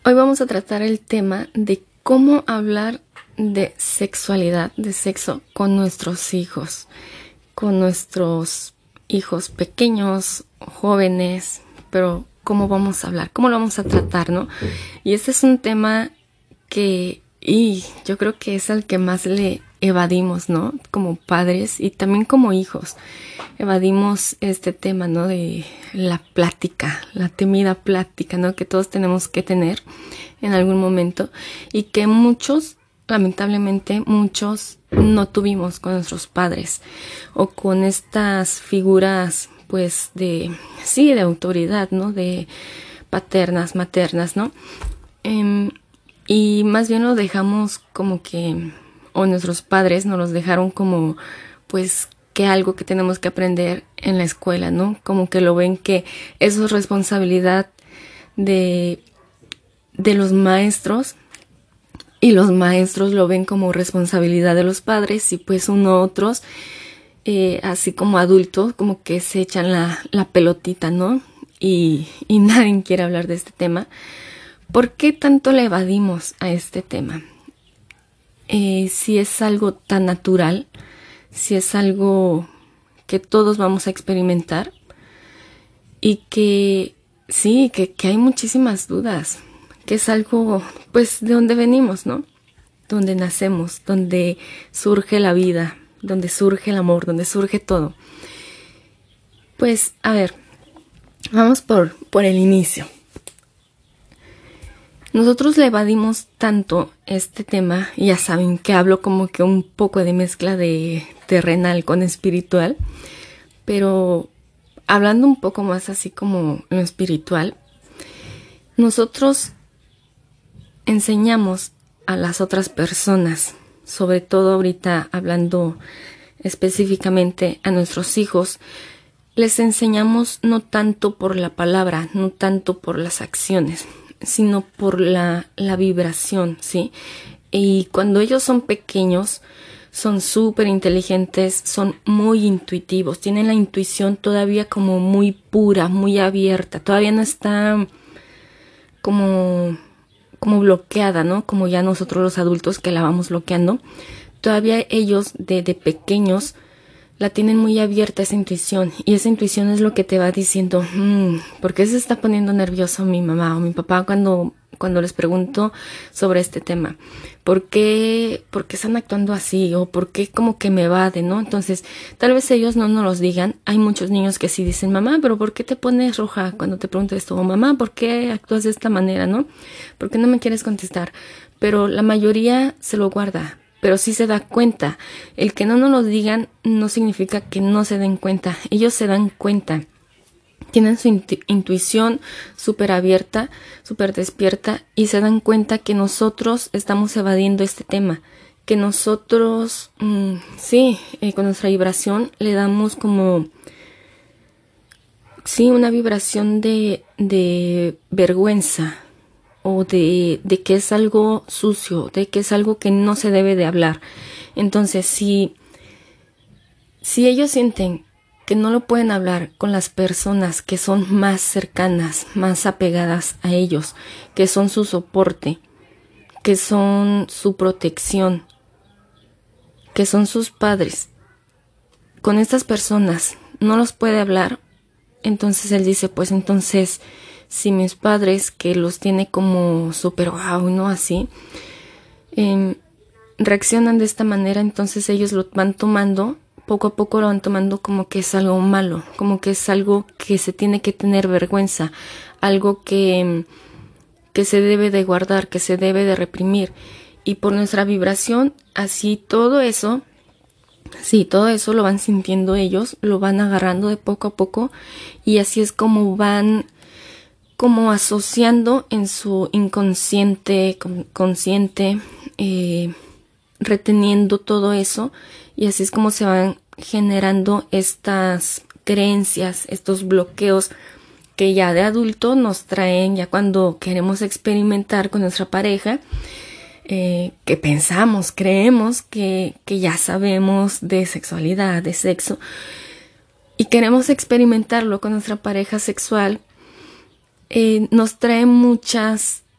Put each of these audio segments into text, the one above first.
Hoy vamos a tratar el tema de cómo hablar de sexualidad, de sexo con nuestros hijos pequeños, jóvenes, pero cómo vamos a hablar, cómo lo vamos a tratar, ¿no? Y este es un tema y yo creo que es al que más le evadimos, ¿no? Como padres y también como hijos. Evadimos este tema, ¿no? De la plática, la temida plática, ¿no? Que todos tenemos que tener en algún momento y que lamentablemente muchos no tuvimos con nuestros padres o con estas figuras, pues, de autoridad, ¿no? De paternas, maternas, ¿no? Y más bien lo dejamos como que, o nuestros padres nos los dejaron como, pues, que algo que tenemos que aprender en la escuela, ¿no? Como que lo ven que eso es responsabilidad de los maestros y los maestros lo ven como responsabilidad de los padres y pues otros, así como adultos, como que se echan la pelotita, ¿no? Y nadie quiere hablar de este tema. ¿Por qué tanto le evadimos a este tema? Si es algo tan natural, si es algo que todos vamos a experimentar y que sí, que hay muchísimas dudas, que es algo, pues, de donde venimos, ¿no? Donde nacemos, donde surge la vida, donde surge el amor, donde surge todo. Pues, a ver, vamos por el inicio. Nosotros le evadimos tanto este tema, y ya saben que hablo como que un poco de mezcla de terrenal con espiritual, pero hablando un poco más así como lo espiritual, nosotros enseñamos a las otras personas, sobre todo ahorita hablando específicamente a nuestros hijos, les enseñamos no tanto por la palabra, no tanto por las acciones, sino por la vibración, ¿sí? Y cuando ellos son pequeños, son súper inteligentes, son muy intuitivos, tienen la intuición todavía como muy pura, muy abierta, todavía no está como bloqueada, ¿no? Como ya nosotros los adultos que la vamos bloqueando. Todavía ellos de pequeños la tienen muy abierta esa intuición y esa intuición es lo que te va diciendo, ¿por qué se está poniendo nervioso mi mamá o mi papá cuando les pregunto sobre este tema? ¿Por qué están actuando así? ¿O por qué como que me evade, no? Entonces, tal vez ellos no nos los digan. Hay muchos niños que sí dicen, mamá, pero ¿por qué te pones roja cuando te pregunto esto? O mamá, ¿por qué actúas de esta manera, no? ¿Por qué no me quieres contestar? Pero la mayoría se lo guarda, pero sí se da cuenta. El que no nos lo digan no significa que no se den cuenta. Ellos se dan cuenta. Tienen su intuición súper abierta, súper despierta y se dan cuenta que nosotros estamos evadiendo este tema. Que nosotros, con nuestra vibración le damos como, una vibración de vergüenza o de que es algo sucio, de que es algo que no se debe de hablar. Entonces, si ellos sienten que no lo pueden hablar con las personas que son más cercanas, más apegadas a ellos, que son su soporte, que son su protección, que son sus padres, con estas personas no los puede hablar, entonces él dice, pues entonces, si mis padres, que los tiene como súper wow, ¿no? Así, reaccionan de esta manera, entonces ellos lo van tomando, poco a poco lo van tomando como que es algo malo, como que es algo que se tiene que tener vergüenza, algo que se debe de guardar, que se debe de reprimir. Y por nuestra vibración, así todo eso lo van sintiendo ellos, lo van agarrando de poco a poco y así es como van como asociando en su inconsciente, consciente, reteniendo todo eso y así es como se van generando estas creencias, estos bloqueos que ya de adulto nos traen ya cuando queremos experimentar con nuestra pareja, que pensamos, creemos que ya sabemos de sexualidad, de sexo y queremos experimentarlo con nuestra pareja sexual, nos trae muchas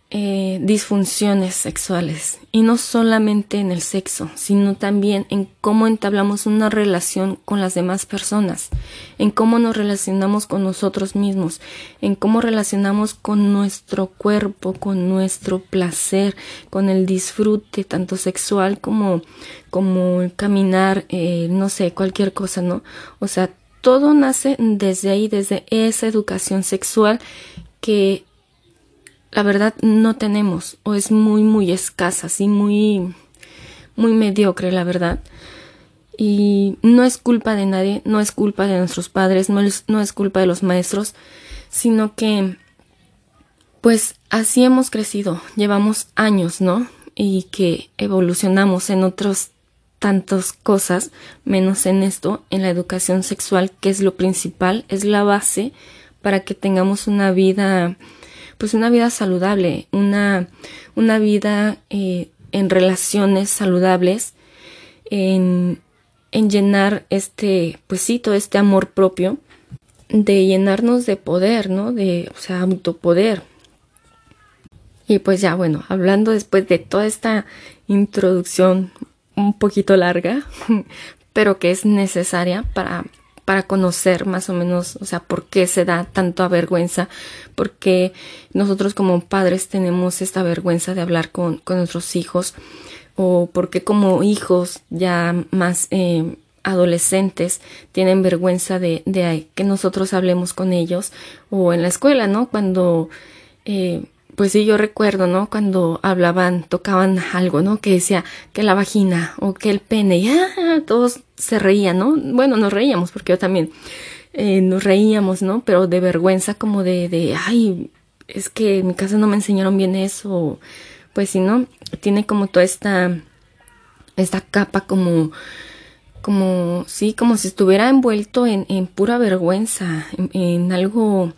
disfunciones sexuales, y no solamente en el sexo, sino también en cómo entablamos una relación con las demás personas, en cómo nos relacionamos con nosotros mismos, en cómo relacionamos con nuestro cuerpo, con nuestro placer, con el disfrute tanto sexual como el caminar, no sé, cualquier cosa, ¿no? O sea, todo nace desde ahí, desde esa educación sexual que la verdad no tenemos, o es muy escasa, así muy mediocre, la verdad. Y no es culpa de nadie, no es culpa de nuestros padres, no es culpa de los maestros, sino que pues así hemos crecido, llevamos años, ¿no? Y que evolucionamos en otros tantas cosas, menos en esto, en la educación sexual, que es lo principal, es la base para que tengamos una vida, pues una vida saludable, una vida en relaciones saludables, en llenar pues sí, todo este amor propio, de llenarnos de poder, ¿no? O sea, autopoder. Y pues ya, bueno, hablando después de toda esta introducción un poquito larga, pero que es necesaria para conocer más o menos, o sea, por qué se da tanto vergüenza, por qué nosotros como padres tenemos esta vergüenza de hablar con nuestros hijos, o por qué como hijos ya más adolescentes tienen vergüenza de que nosotros hablemos con ellos, o en la escuela, ¿no? Cuando pues sí, yo recuerdo, ¿no? Cuando tocaban algo, ¿no? Que decía que la vagina o que el pene, y todos se reían, ¿no? Bueno, nos reíamos porque yo también nos reíamos, ¿no? Pero de vergüenza, como ay, es que en mi casa no me enseñaron bien eso. Pues sí, ¿no? Tiene como toda esta capa sí, como si estuviera envuelto en pura vergüenza, en algo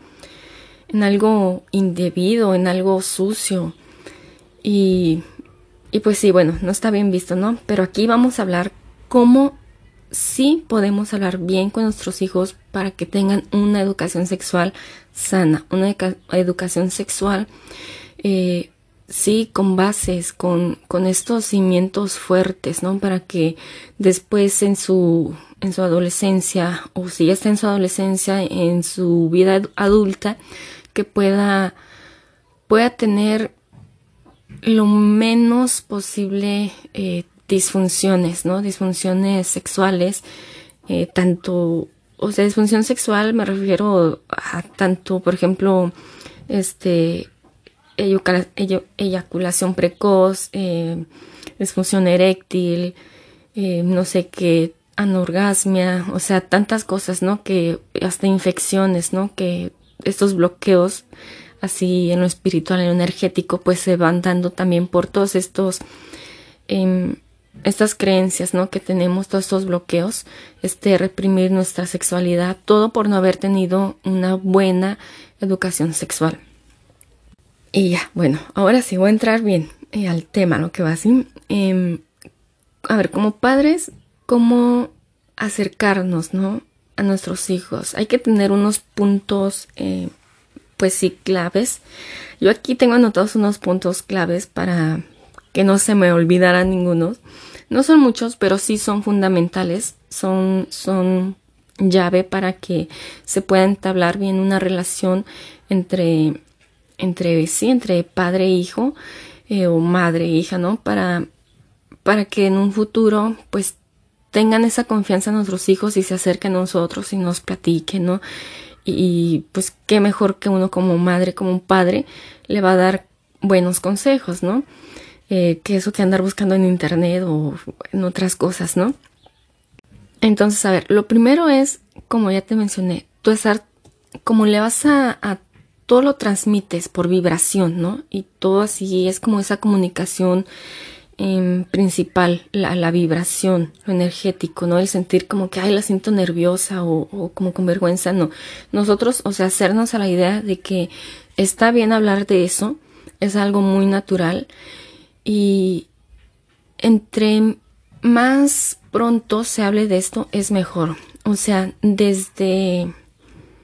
indebido, en algo sucio. Y pues sí, bueno, no está bien visto, ¿no? Pero aquí vamos a hablar cómo sí podemos hablar bien con nuestros hijos para que tengan una educación sexual sana, una educación sexual, sí, con bases, con estos cimientos fuertes, ¿no? Para que después en su adolescencia, o si ya está en su adolescencia, en su vida adulta, que pueda tener lo menos posible disfunciones, ¿no? Disfunciones sexuales, tanto, o sea, disfunción sexual me refiero a tanto, por ejemplo, eyaculación precoz, disfunción eréctil, no sé qué, anorgasmia, o sea, tantas cosas, ¿no? Que hasta infecciones, ¿no? Que estos bloqueos así en lo espiritual, en lo energético, pues se van dando también por todos estas creencias, ¿no? Que tenemos, todos estos bloqueos, reprimir nuestra sexualidad, todo por no haber tenido una buena educación sexual. Y ya, bueno, ahora sí voy a entrar bien al tema, ¿no? Que va así. A ver, como padres, ¿cómo acercarnos, ¿no? A nuestros hijos? Hay que tener unos puntos, pues sí, claves. Yo aquí tengo anotados unos puntos claves para que no se me olvidaran ninguno. No son muchos, pero sí son fundamentales. Son llave para que se pueda entablar bien una relación entre padre e hijo, o madre e hija, ¿no? Para que en un futuro, pues, tengan esa confianza en nuestros hijos y se acerquen a nosotros y nos platiquen, ¿no? Y pues qué mejor que uno como madre, como un padre, le va a dar buenos consejos, ¿no? Que eso que andar buscando en internet o en otras cosas, ¿no? Entonces, a ver, lo primero es, como ya te mencioné, tú estar, como le vas a todo lo transmites por vibración, ¿no? Y todo así es como esa comunicación principal, la vibración, lo energético, ¿no? El sentir como que, ay, la siento nerviosa o como con vergüenza, no. Nosotros, o sea, hacernos a la idea de que está bien hablar de eso, es algo muy natural, y entre más pronto se hable de esto es mejor. O sea, desde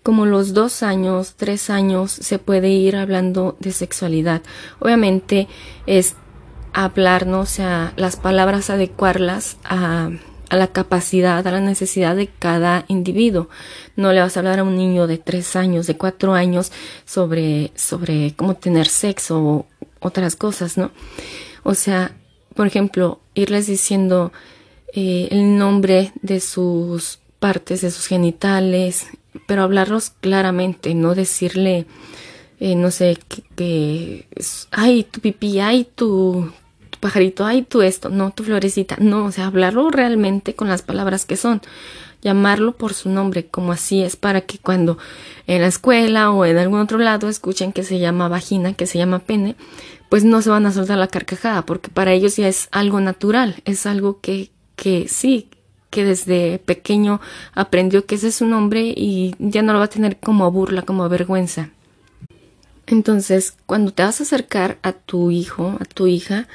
como los 2 años, 3 años, se puede ir hablando de sexualidad. Obviamente es hablar, ¿no? O sea, las palabras adecuarlas a la capacidad, a la necesidad de cada individuo. No le vas a hablar a un niño de 3 años, de 4 años sobre cómo tener sexo o otras cosas, ¿no? O sea, por ejemplo, irles diciendo el nombre de sus partes, de sus genitales, pero hablarlos claramente, no decirle, no sé, ay, tu pipí, ay, tu pajarito, ay, tú esto, no, tu florecita, no, o sea, hablarlo realmente con las palabras que son, llamarlo por su nombre, como así es, para que cuando en la escuela o en algún otro lado escuchen que se llama vagina, que se llama pene, pues no se van a soltar la carcajada, porque para ellos ya es algo natural, es algo que sí, que desde pequeño aprendió que ese es su nombre y ya no lo va a tener como burla, como vergüenza. Entonces, cuando te vas a acercar a tu hijo, a tu hija,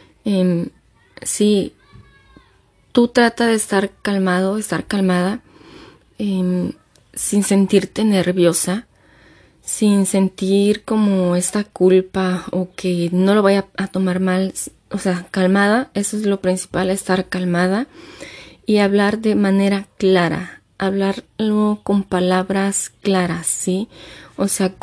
sí, tú trata de estar calmado, estar calmada, sin sentirte nerviosa, sin sentir como esta culpa o que no lo vaya a tomar mal. O sea, calmada, eso es lo principal, estar calmada y hablar de manera clara, hablarlo con palabras claras, ¿sí? O sea,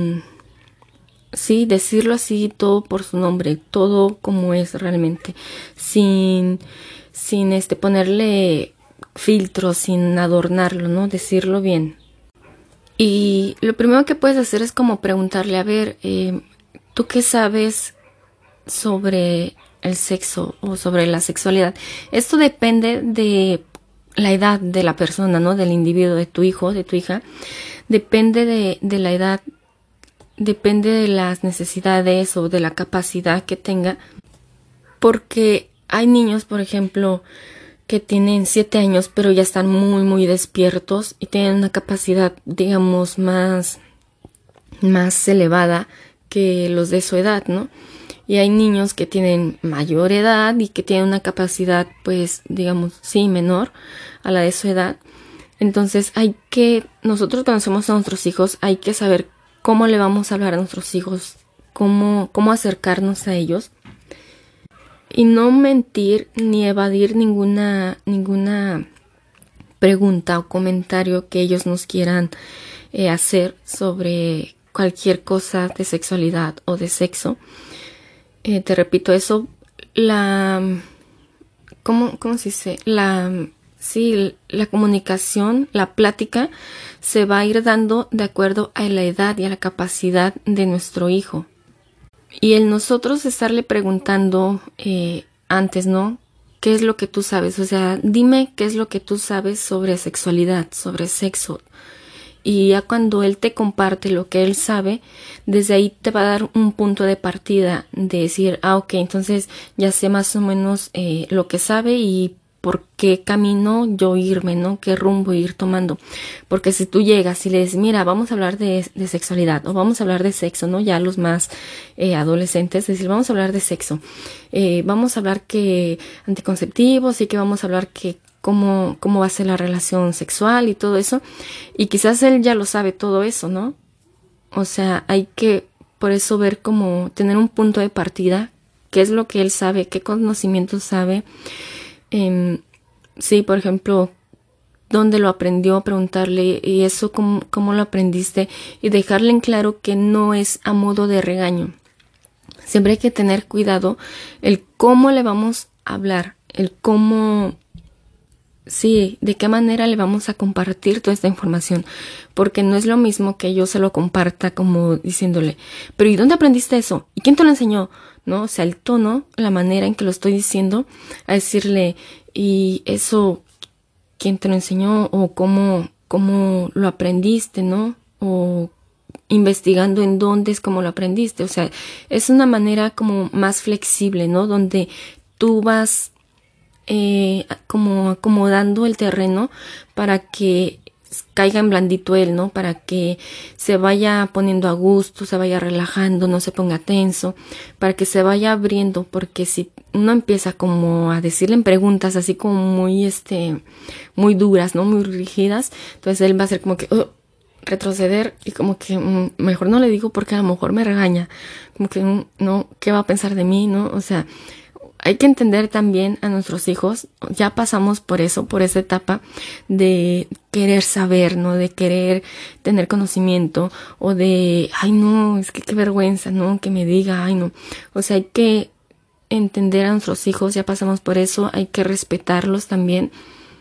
sí, decirlo así, todo por su nombre, todo como es realmente, sin ponerle filtros, sin adornarlo, ¿no? Decirlo bien. Y lo primero que puedes hacer es como preguntarle, a ver, ¿tú qué sabes sobre el sexo o sobre la sexualidad? Esto depende de la edad de la persona, ¿no? Del individuo, de tu hijo, de tu hija. Depende de la edad, depende de las necesidades o de la capacidad que tenga. Porque hay niños, por ejemplo, que tienen 7 años, pero ya están muy, muy despiertos y tienen una capacidad, digamos, más elevada que los de su edad, ¿no? Y hay niños que tienen mayor edad y que tienen una capacidad, pues, digamos, sí, menor a la de su edad. Entonces nosotros conocemos a nuestros hijos, hay que saber cómo le vamos a hablar a nuestros hijos, cómo acercarnos a ellos. Y no mentir ni evadir ninguna pregunta o comentario que ellos nos quieran hacer sobre cualquier cosa de sexualidad o de sexo. Te repito, eso, ¿cómo se dice? La comunicación, la plática se va a ir dando de acuerdo a la edad y a la capacidad de nuestro hijo. Y el nosotros estarle preguntando antes, ¿no? ¿Qué es lo que tú sabes? O sea, dime qué es lo que tú sabes sobre sexualidad, sobre sexo. Y ya cuando él te comparte lo que él sabe, desde ahí te va a dar un punto de partida de decir, ok, entonces ya sé más o menos lo que sabe y por qué camino yo irme, ¿no? Qué rumbo ir tomando. Porque si tú llegas y le dices, mira, vamos a hablar de sexualidad o vamos a hablar de sexo, ¿no? Ya los más adolescentes, decir, vamos a hablar de sexo. Vamos a hablar que anticonceptivos y que vamos a hablar que cómo va a ser la relación sexual y todo eso. Y quizás él ya lo sabe todo eso, ¿no? O sea, hay que por eso ver como tener un punto de partida, qué es lo que él sabe, qué conocimientos sabe. Sí, por ejemplo, dónde lo aprendió, preguntarle y eso cómo lo aprendiste y dejarle en claro que no es a modo de regaño. Siempre hay que tener cuidado el cómo le vamos a hablar, el cómo, sí, de qué manera le vamos a compartir toda esta información, porque no es lo mismo que yo se lo comparta como diciéndole, pero ¿y dónde aprendiste eso? ¿Y quién te lo enseñó? ¿No? O sea, el tono, la manera en que lo estoy diciendo, a decirle, ¿y eso quién te lo enseñó? O cómo lo aprendiste, ¿no? O investigando en dónde es como lo aprendiste. O sea, es una manera como más flexible, ¿no? Donde tú vas como acomodando el terreno para que caiga en blandito él, ¿no? Para que se vaya poniendo a gusto, se vaya relajando, no se ponga tenso, para que se vaya abriendo, porque si uno empieza como a decirle en preguntas así como muy duras, ¿no? Muy rígidas, entonces él va a ser como que, retroceder y como que mejor no le digo porque a lo mejor me regaña, como que no, ¿qué va a pensar de mí? ¿No? O sea, hay que entender también a nuestros hijos, ya pasamos por eso, por esa etapa de querer saber, ¿no? De querer tener conocimiento o de, ay no, es que qué vergüenza, ¿no? Que me diga, ay no. O sea, hay que entender a nuestros hijos, ya pasamos por eso, hay que respetarlos también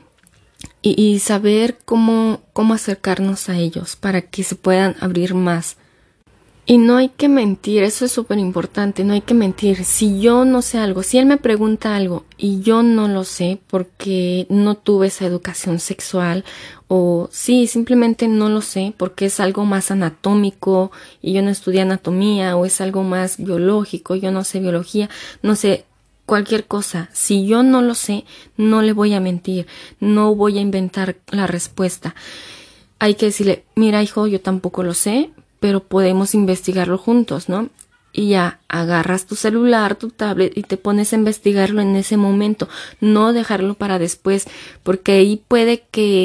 y saber cómo acercarnos a ellos para que se puedan abrir más. Y no hay que mentir, eso es súper importante, no hay que mentir. Si yo no sé algo, si él me pregunta algo y yo no lo sé porque no tuve esa educación sexual o sí, simplemente no lo sé porque es algo más anatómico y yo no estudié anatomía o es algo más biológico, yo no sé biología, no sé cualquier cosa. Si yo no lo sé, no le voy a mentir, no voy a inventar la respuesta. Hay que decirle, mira hijo, yo tampoco lo sé, pero podemos investigarlo juntos, ¿no? Y ya agarras tu celular, tu tablet y te pones a investigarlo en ese momento, no dejarlo para después, porque ahí puede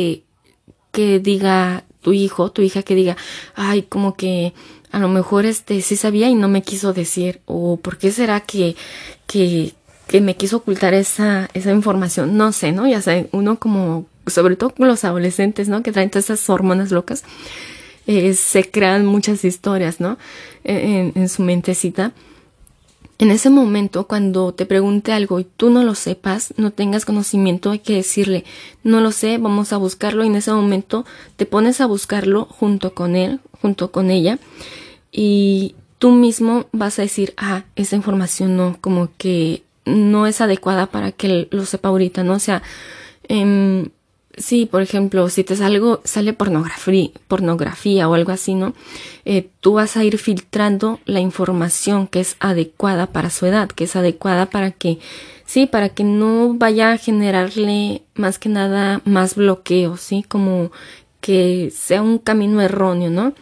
que diga tu hijo, tu hija que diga, ay, como que a lo mejor sí sabía y no me quiso decir, o por qué será que me quiso ocultar esa información, no sé, ¿no? Ya saben, uno como, sobre todo con los adolescentes, ¿no? Que traen todas esas hormonas locas, se crean muchas historias, ¿no? En su mentecita. En ese momento, cuando te pregunte algo y tú no lo sepas, no tengas conocimiento, hay que decirle, no lo sé, vamos a buscarlo. Y en ese momento te pones a buscarlo junto con él, junto con ella. Y tú mismo vas a decir, esa información no, como que no es adecuada para que él lo sepa ahorita, ¿no? O sea, sí, por ejemplo, si te sale pornografía o algo así, ¿no? Tú vas a ir filtrando la información que es adecuada para su edad, que es adecuada para que, sí, para que no vaya a generarle más que nada más bloqueo, ¿sí? Como que sea un camino erróneo, ¿no?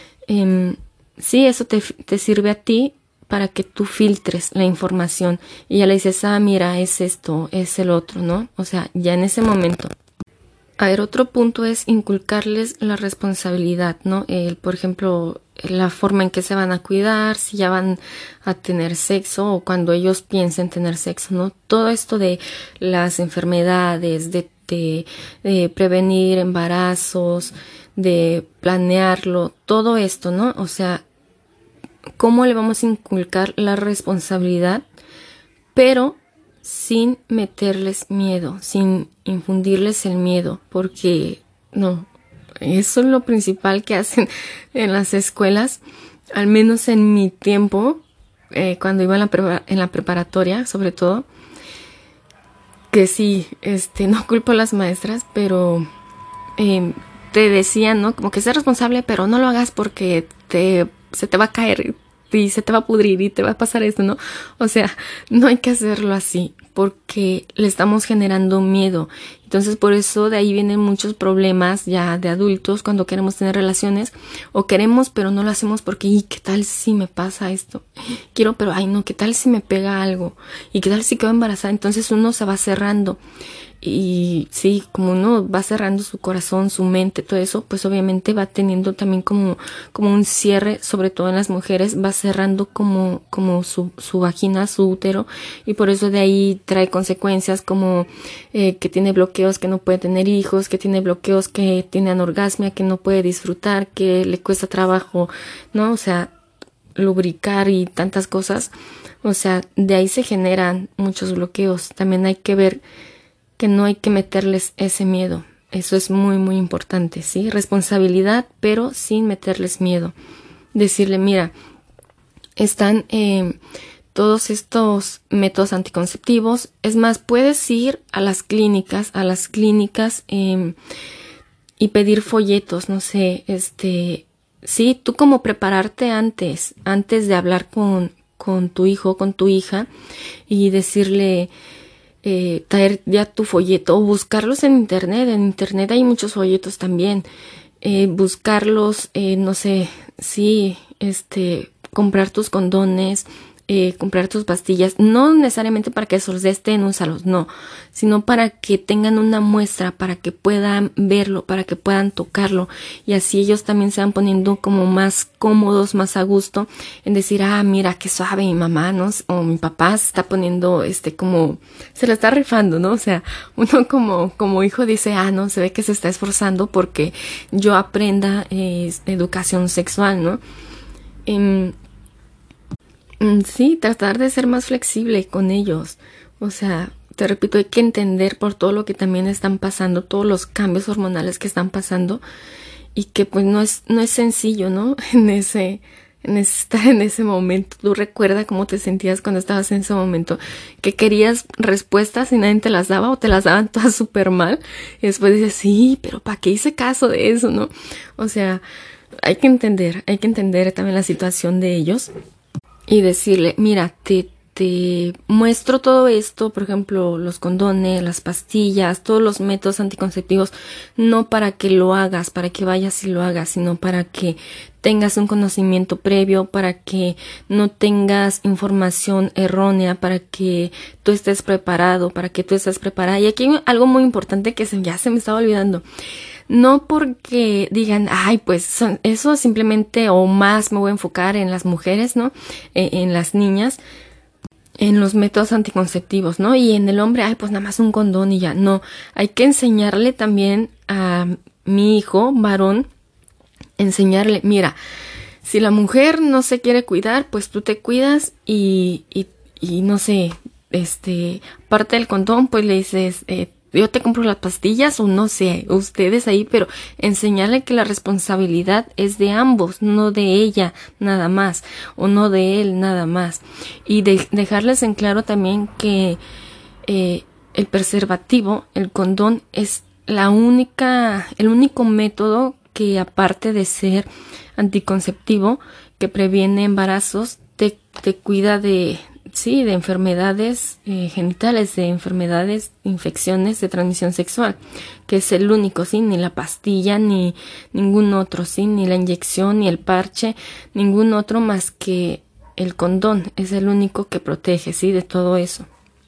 Sí, eso te sirve a ti para que tú filtres la información y ya le dices, mira, es esto, es el otro, ¿no? O sea, ya en ese momento. A ver, otro punto es inculcarles la responsabilidad, ¿no? Por ejemplo, la forma en que se van a cuidar, si ya van a tener sexo o cuando ellos piensen tener sexo, ¿no? Todo esto de las enfermedades, de prevenir embarazos, de planearlo, todo esto, ¿no? O sea, ¿cómo le vamos a inculcar la responsabilidad? Pero sin meterles miedo, sin infundirles el miedo, porque no, eso es lo principal que hacen en las escuelas, al menos en mi tiempo, cuando iba en la preparatoria, sobre todo, que sí, no culpo a las maestras, pero te decían, ¿no? Como que sé responsable, pero no lo hagas porque se te va a caer y se te va a pudrir y te va a pasar esto, ¿no? O sea, no hay que hacerlo así porque le estamos generando miedo. Entonces, por eso de ahí vienen muchos problemas ya de adultos cuando queremos tener relaciones o queremos, pero no lo hacemos porque, ¿y qué tal si me pasa esto? Quiero, pero, ay no, ¿qué tal si me pega algo? ¿Y qué tal si quedo embarazada? Entonces uno se va cerrando. Y sí, como uno va cerrando su corazón, su mente, todo eso, pues obviamente va teniendo también como un cierre, sobre todo en las mujeres, va cerrando como su vagina, su útero, y por eso de ahí trae consecuencias como que tiene bloqueos, que no puede tener hijos, que tiene bloqueos, que tiene anorgasmia, que no puede disfrutar, que le cuesta trabajo, ¿no? O sea, lubricar y tantas cosas. O sea, de ahí se generan muchos bloqueos. También hay que ver que no hay que meterles ese miedo. Eso es muy, muy importante, ¿sí? Responsabilidad, pero sin meterles miedo. Decirle, mira, están todos estos métodos anticonceptivos. Es más, puedes ir a las clínicas y pedir folletos, no sé, sí, tú como prepararte antes de hablar con tu hijo, con tu hija y decirle, traer ya tu folleto o buscarlos en internet hay muchos folletos también, buscarlos, no sé, sí, comprar tus condones, comprar tus pastillas, no necesariamente para que se los estén, úsalos, no, sino para que tengan una muestra, para que puedan verlo, para que puedan tocarlo, y así ellos también se van poniendo como más cómodos, más a gusto en decir, mira qué suave mi mamá, ¿no? O mi papá se está poniendo, como, se la está rifando, ¿no? O sea, uno como hijo dice, no, se ve que se está esforzando porque yo aprenda educación sexual, ¿no? Sí, tratar de ser más flexible con ellos. O sea, te repito, hay que entender por todo lo que también están pasando, todos los cambios hormonales que están pasando, y que pues no es sencillo, ¿no? Estar en ese momento. Tú recuerda cómo te sentías cuando estabas en ese momento, que querías respuestas y nadie te las daba, o te las daban todas súper mal, y después dices, sí, pero ¿para qué hice caso de eso, no? O sea, hay que entender también la situación de ellos y decirle, mira, te muestro todo esto, por ejemplo, los condones, las pastillas, todos los métodos anticonceptivos, no para que lo hagas, para que vayas y lo hagas, sino para que tengas un conocimiento previo, para que no tengas información errónea, para que tú estés preparado, para que tú estés preparada. Y aquí hay algo muy importante que ya se me estaba olvidando. No porque digan, pues eso simplemente, o más me voy a enfocar en las mujeres, ¿no? En las niñas, en los métodos anticonceptivos, ¿no? Y en el hombre, pues nada más un condón y ya. No, hay que enseñarle también a mi hijo varón, enseñarle, mira, si la mujer no se quiere cuidar, pues tú te cuidas y no sé, parte del condón, pues le dices, yo te compro las pastillas, o no sé, ustedes ahí, pero enseñarle que la responsabilidad es de ambos, no de ella nada más, o no de él nada más. Y dejarles en claro también que el preservativo, el condón, es el único método que, aparte de ser anticonceptivo, que previene embarazos, te cuida de enfermedades genitales, de enfermedades, infecciones de transmisión sexual, que es el único, ni la pastilla, ni ningún otro, ni la inyección, ni el parche, ningún otro más que el condón, es el único que protege, de todo eso.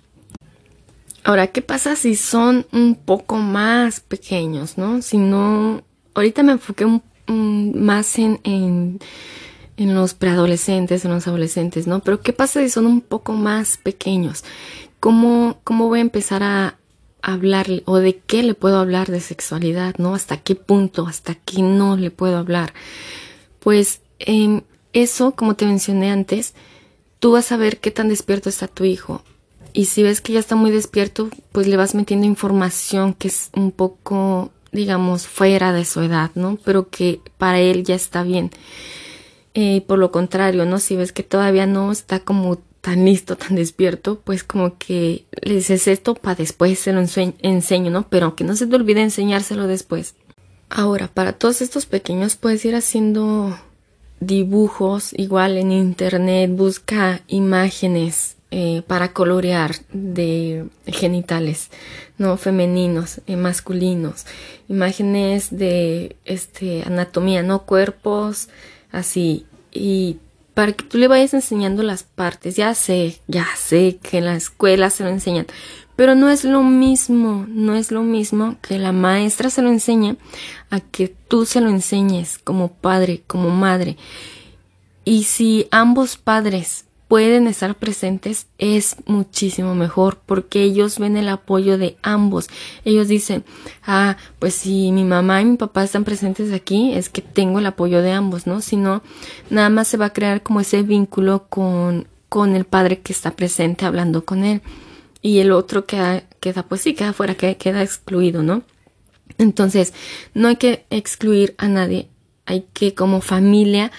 Ahora, ¿qué pasa si son un poco más pequeños, no? Si no, ahorita me enfoqué más en los preadolescentes, en los adolescentes, ¿no? Pero ¿qué pasa si son un poco más pequeños? ¿Cómo voy a empezar a hablarle, o de qué le puedo hablar de sexualidad, ¿no? ¿Hasta qué punto, hasta qué no le puedo hablar? Pues eso, como te mencioné antes, tú vas a ver qué tan despierto está tu hijo. Y si ves que ya está muy despierto, pues le vas metiendo información que es un poco, digamos, fuera de su edad, ¿no? Pero que para él ya está bien. Por lo contrario, ¿no? Si ves que todavía no está como tan listo, tan despierto, pues como que le dices esto para después se lo enseño, ¿no? Pero que no se te olvide enseñárselo después. Ahora, para todos estos pequeños puedes ir haciendo dibujos, igual en internet, busca imágenes para colorear de genitales, ¿no? Femeninos, masculinos, imágenes de anatomía, ¿no? Cuerpos, así, y para que tú le vayas enseñando las partes. Ya sé que en la escuela se lo enseñan, pero no es lo mismo que la maestra se lo enseñe a que tú se lo enseñes como padre, como madre. Y si ambos padres pueden estar presentes, es muchísimo mejor, porque ellos ven el apoyo de ambos. Ellos dicen, pues si mi mamá y mi papá están presentes aquí, es que tengo el apoyo de ambos, ¿no? Si no, nada más se va a crear como ese vínculo con el padre que está presente hablando con él, y el otro queda fuera, queda excluido, ¿no? Entonces, no hay que excluir a nadie, hay que, como familia,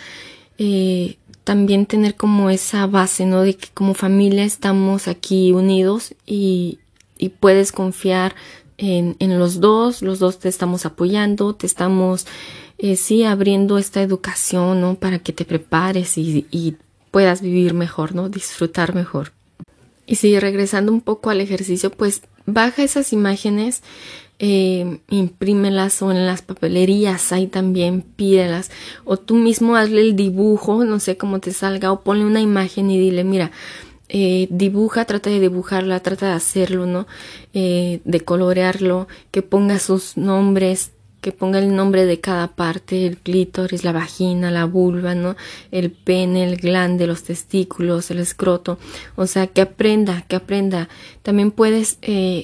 también tener como esa base, ¿no? De que como familia estamos aquí unidos y puedes confiar en los dos te estamos apoyando, te estamos abriendo esta educación, ¿no? Para que te prepares y puedas vivir mejor, ¿no? Disfrutar mejor. Y regresando un poco al ejercicio, pues baja esas imágenes, imprímelas, o en las papelerías hay también, pídelas, o tú mismo hazle el dibujo, no sé cómo te salga, o ponle una imagen y dile, mira, dibuja, trata de dibujarla, trata de hacerlo, ¿no? De colorearlo, que ponga sus nombres, que ponga el nombre de cada parte, el clítoris, la vagina, la vulva, ¿no? El pene, el glande, los testículos, el escroto. O sea, que aprenda, que aprenda. También puedes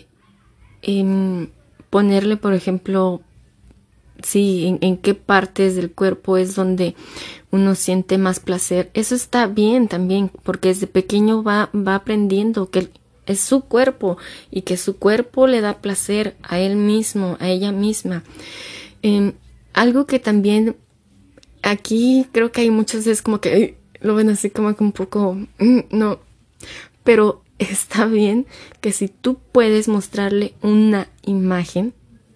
ponerle, por ejemplo, sí, en qué partes del cuerpo es donde uno siente más placer. Eso está bien también, porque desde pequeño va aprendiendo que es su cuerpo y que su cuerpo le da placer a él mismo, a ella misma. Algo que también aquí creo que hay muchas veces como que lo ven así como que un poco, no, pero está bien que si tú puedes mostrarle una imagen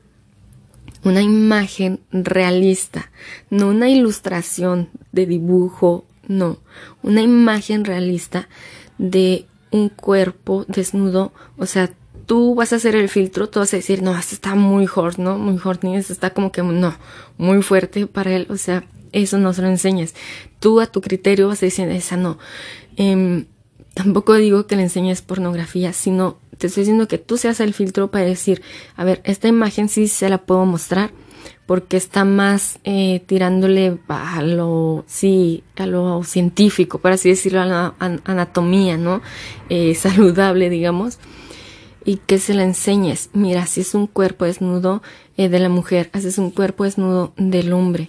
realista, no una ilustración de dibujo, no, una imagen realista de un cuerpo desnudo. O sea, tú vas a hacer el filtro, tú vas a decir, no, esto está muy hot, ¿no? Muy horny, esto está como que, no, muy fuerte para él. O sea, eso no se lo enseñes. Tú a tu criterio vas a decir, esa no. Tampoco digo que le enseñes pornografía, sino te estoy diciendo que tú seas el filtro para decir, a ver, esta imagen sí se la puedo mostrar porque está más tirándole a lo científico, por así decirlo, a la anatomía, ¿no? Saludable, digamos. Y que se la enseñes. Mira, si es un cuerpo desnudo de la mujer, haces un cuerpo desnudo del hombre.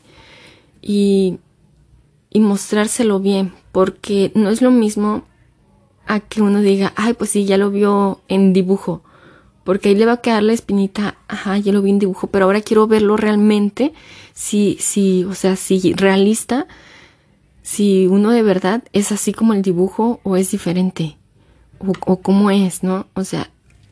Y mostrárselo bien, porque no es lo mismo a que uno diga, ay, pues sí, ya lo vio en dibujo, porque ahí le va a quedar la espinita, ajá, ya lo vi en dibujo, pero ahora quiero verlo realmente, o sea, si realista, si uno de verdad es así como el dibujo o es diferente, o cómo es, ¿no? O sea,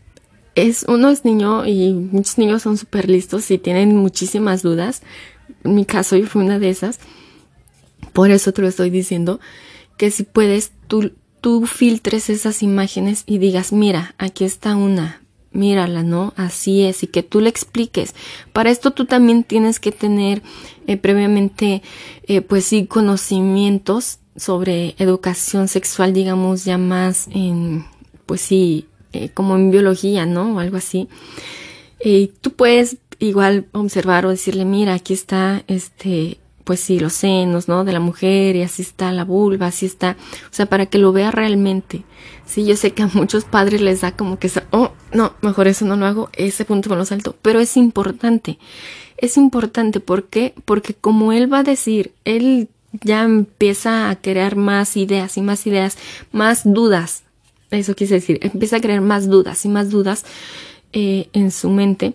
uno es niño y muchos niños son súper listos y tienen muchísimas dudas. En mi caso yo fui una de esas, por eso te lo estoy diciendo, que si puedes, tú filtres esas imágenes y digas, mira, aquí está una, mírala, ¿no? Así es, y que tú le expliques. Para esto tú también tienes que tener previamente, pues sí, conocimientos sobre educación sexual, digamos, ya más pues sí, como en biología, ¿no? O algo así. Tú puedes igual observar o decirle, mira, aquí está pues sí, los senos, ¿no? De la mujer, y así está la vulva, así está, o sea, para que lo vea realmente. Sí, yo sé que a muchos padres les da como que, oh, no, mejor eso no lo hago, ese punto me lo salto, pero es importante, ¿por qué? Porque como él va a decir, él ya empieza a crear más ideas y más ideas, más dudas, eso quise decir, empieza a crear más dudas y más dudas en su mente,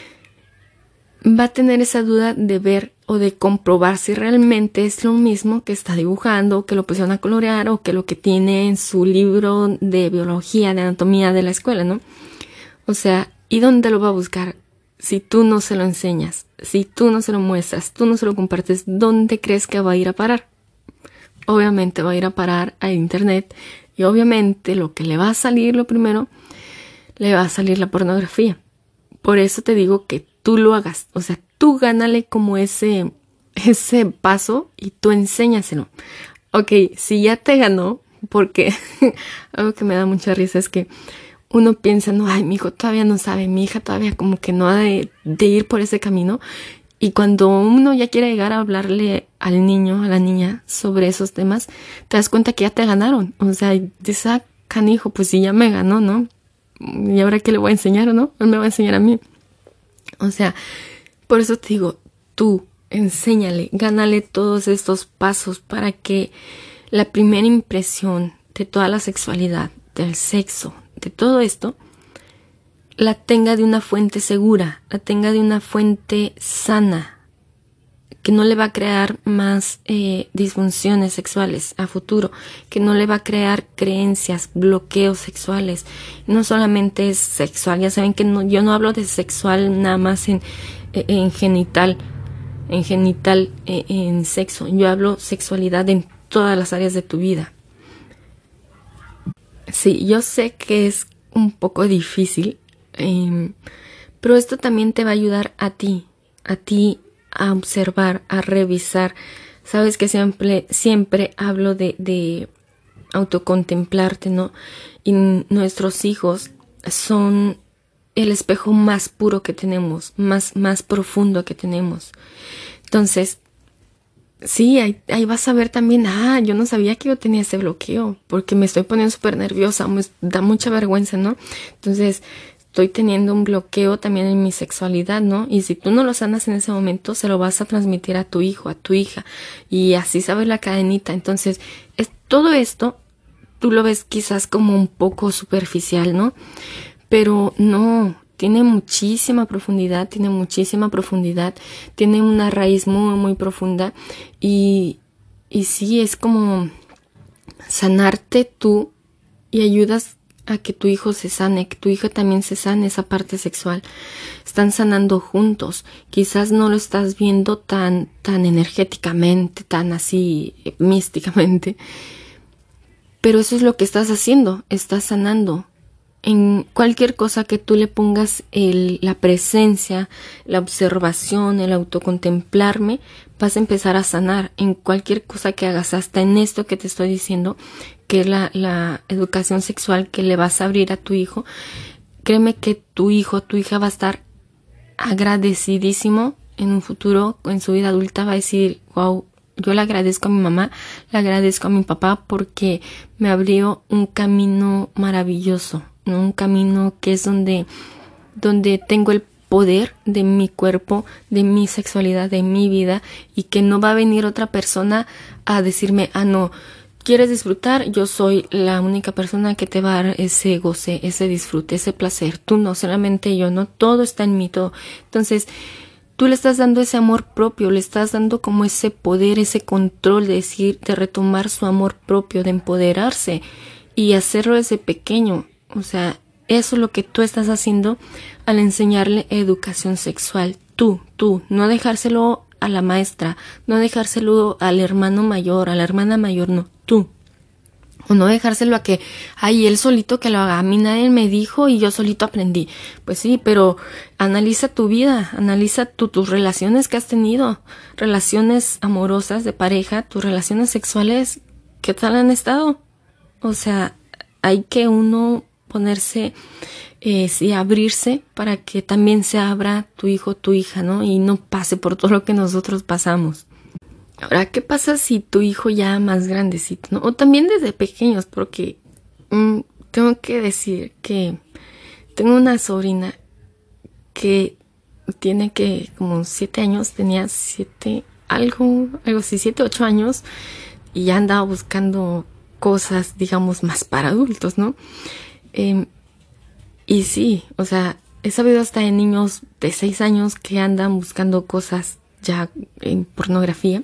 va a tener esa duda de ver o de comprobar si realmente es lo mismo que está dibujando, que lo pusieron a colorear o que lo que tiene en su libro de biología, de anatomía de la escuela, ¿no? O sea, ¿y dónde lo va a buscar? Si tú no se lo enseñas, si tú no se lo muestras, tú no se lo compartes, ¿dónde crees que va a ir a parar? Obviamente va a ir a parar a internet y obviamente lo que le va a salir, lo primero, le va a salir la pornografía. Por eso te digo que tú lo hagas, o sea, tú gánale como ese paso y tú enséñaselo. Ok, si ya te ganó, porque algo que me da mucha risa es que uno piensa, no, ay, mi hijo todavía no sabe, mi hija todavía como que no ha de ir por ese camino. Y cuando uno ya quiere llegar a hablarle al niño, a la niña, sobre esos temas, te das cuenta que ya te ganaron. O sea, dices, ah, canijo, pues sí, ya me ganó, ¿no? ¿Y ahora qué le voy a enseñar o no? Él me va a enseñar a mí. O sea, por eso te digo, tú enséñale, gánale todos estos pasos para que la primera impresión de toda la sexualidad, del sexo, de todo esto, la tenga de una fuente segura, la tenga de una fuente sana, que no le va a crear más disfunciones sexuales a futuro, que no le va a crear creencias, bloqueos sexuales. No solamente es sexual, ya saben que yo no hablo de sexual nada más en genital, en sexo. Yo hablo sexualidad en todas las áreas de tu vida. Sí, yo sé que es un poco difícil, Pero esto también te va a ayudar a ti a observar, a revisar. Sabes que siempre hablo de autocontemplarte, ¿no? Y nuestros hijos son el espejo más puro que tenemos, más profundo que tenemos. Entonces, sí, ahí vas a ver también, yo no sabía que yo tenía ese bloqueo, porque me estoy poniendo súper nerviosa, me da mucha vergüenza, ¿no? Entonces, estoy teniendo un bloqueo también en mi sexualidad, ¿no? Y si tú no lo sanas en ese momento, se lo vas a transmitir a tu hijo, a tu hija, y así sabes la cadenita. Entonces, todo esto, tú lo ves quizás como un poco superficial, ¿no? Pero no, tiene muchísima profundidad, tiene una raíz muy profunda y sí, es como sanarte tú y ayudas a que tu hijo se sane, que tu hija también se sane esa parte sexual. Están sanando juntos. Quizás no lo estás viendo tan energéticamente, tan así místicamente, pero eso es lo que estás haciendo, estás sanando. En cualquier cosa que tú le pongas la presencia, la observación, el autocontemplarme, vas a empezar a sanar en cualquier cosa que hagas, hasta en esto que te estoy diciendo, que es la educación sexual que le vas a abrir a tu hijo. Créeme que tu hijo, tu hija va a estar agradecidísimo en un futuro, en su vida adulta, va a decir, wow, yo le agradezco a mi mamá, le agradezco a mi papá porque me abrió un camino maravilloso, ¿no? Un camino que es donde tengo el poder de mi cuerpo, de mi sexualidad, de mi vida, y que no va a venir otra persona a decirme, no, ¿quieres disfrutar? Yo soy la única persona que te va a dar ese goce, ese disfrute, ese placer. Tú no, solamente yo, ¿no? Todo está en mí, todo. Entonces, tú le estás dando ese amor propio, le estás dando como ese poder, ese control de decir, de retomar su amor propio, de empoderarse y hacerlo desde pequeño. O sea, eso es lo que tú estás haciendo al enseñarle educación sexual. Tú, no dejárselo a la maestra, no dejárselo al hermano mayor, a la hermana mayor, no, tú. O no dejárselo a que, él solito que lo haga. A mí nadie me dijo y yo solito aprendí. Pues sí, pero analiza tu vida, analiza tus relaciones que has tenido, relaciones amorosas de pareja, tus relaciones sexuales, ¿qué tal han estado? O sea, hay que uno ponerse, abrirse para que también se abra tu hijo, tu hija, ¿no? Y no pase por todo lo que nosotros pasamos. Ahora, ¿qué pasa si tu hijo ya más grandecito, ¿no? O también desde pequeños, porque tengo que decir que tengo una sobrina que tiene como 7 años, tenía 7, algo así, 7, 8 años, y ya andaba buscando cosas, digamos, más para adultos, ¿no? Y sí, o sea, he sabido hasta de niños de 6 años que andan buscando cosas ya en pornografía.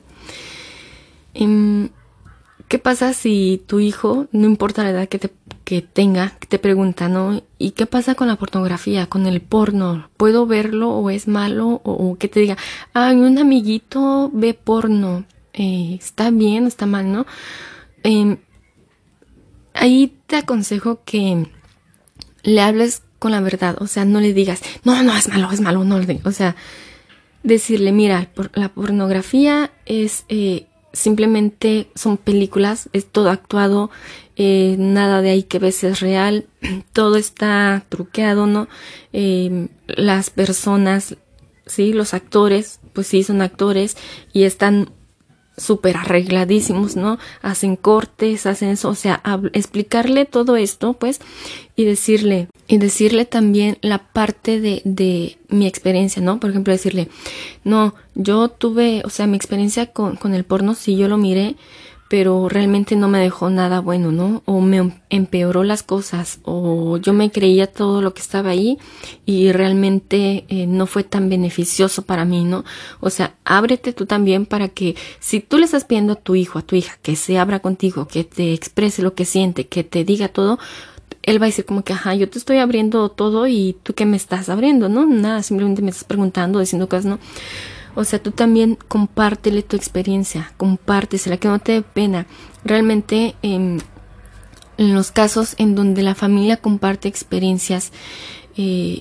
¿Qué pasa si tu hijo, no importa la edad que tenga, que te pregunta, ¿no? ¿Y qué pasa con la pornografía, con el porno? ¿Puedo verlo o es malo? O que te diga, un amiguito ve porno, ¿está bien o está mal, no? Ahí te aconsejo que le hables con la verdad, o sea, no le digas, no, es malo, no le digas, o sea, decirle, mira, la pornografía es, simplemente son películas, es todo actuado, nada de ahí que ves es real, todo está truqueado, ¿no? Las personas, sí, los actores, pues sí, son actores y están súper arregladísimos, ¿no? Hacen cortes, hacen eso, o sea, explicarle todo esto, pues, y decirle también la parte de mi experiencia, ¿no? Por ejemplo, decirle, no, yo tuve, o sea, mi experiencia con el porno, sí, yo lo miré, pero realmente no me dejó nada bueno, ¿no? O me empeoró las cosas, o yo me creía todo lo que estaba ahí y realmente no fue tan beneficioso para mí, ¿no? O sea, ábrete tú también para que si tú le estás pidiendo a tu hijo, a tu hija, que se abra contigo, que te exprese lo que siente, que te diga todo, él va a decir como que, yo te estoy abriendo todo y tú qué me estás abriendo, ¿no? Nada, simplemente me estás preguntando, diciendo cosas, ¿no? O sea, tú también compártele tu experiencia, compártesela, que no te dé pena. Realmente, en los casos en donde la familia comparte experiencias,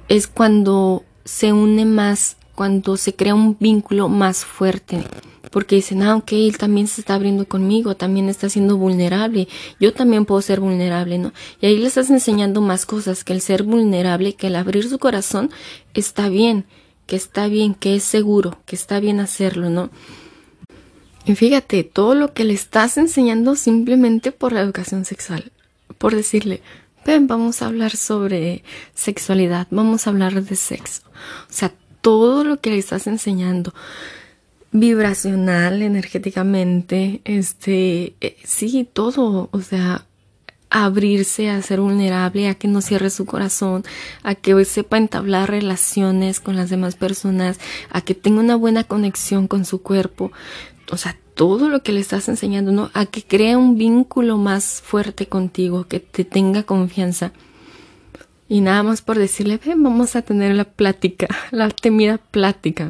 es cuando se une más, cuando se crea un vínculo más fuerte. Porque dicen, ok, él también se está abriendo conmigo, también está siendo vulnerable, yo también puedo ser vulnerable, ¿no? Y ahí le estás enseñando más cosas, que el ser vulnerable, que el abrir su corazón está bien, que es seguro, que está bien hacerlo, ¿no? Y fíjate, todo lo que le estás enseñando simplemente por la educación sexual, por decirle, ven, vamos a hablar sobre sexualidad, vamos a hablar de sexo. O sea, todo lo que le estás enseñando, vibracional, energéticamente, sí, todo, o sea, abrirse a ser vulnerable, a que no cierre su corazón, a que sepa entablar relaciones con las demás personas, a que tenga una buena conexión con su cuerpo, o sea, todo lo que le estás enseñando, ¿no? A que crea un vínculo más fuerte contigo, que te tenga confianza. Y nada más por decirle, ven, vamos a tener la plática, la temida plática.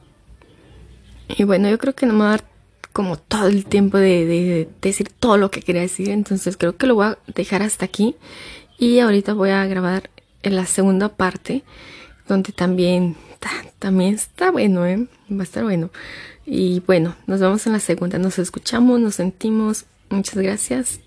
Y bueno, yo creo que no me va a dar como todo el tiempo de decir todo lo que quería decir, entonces creo que lo voy a dejar hasta aquí. Y ahorita voy a grabar en la segunda parte, donde también está bueno, ¿eh? Va a estar bueno. Y bueno, nos vemos en la segunda. Nos escuchamos, nos sentimos. Muchas gracias.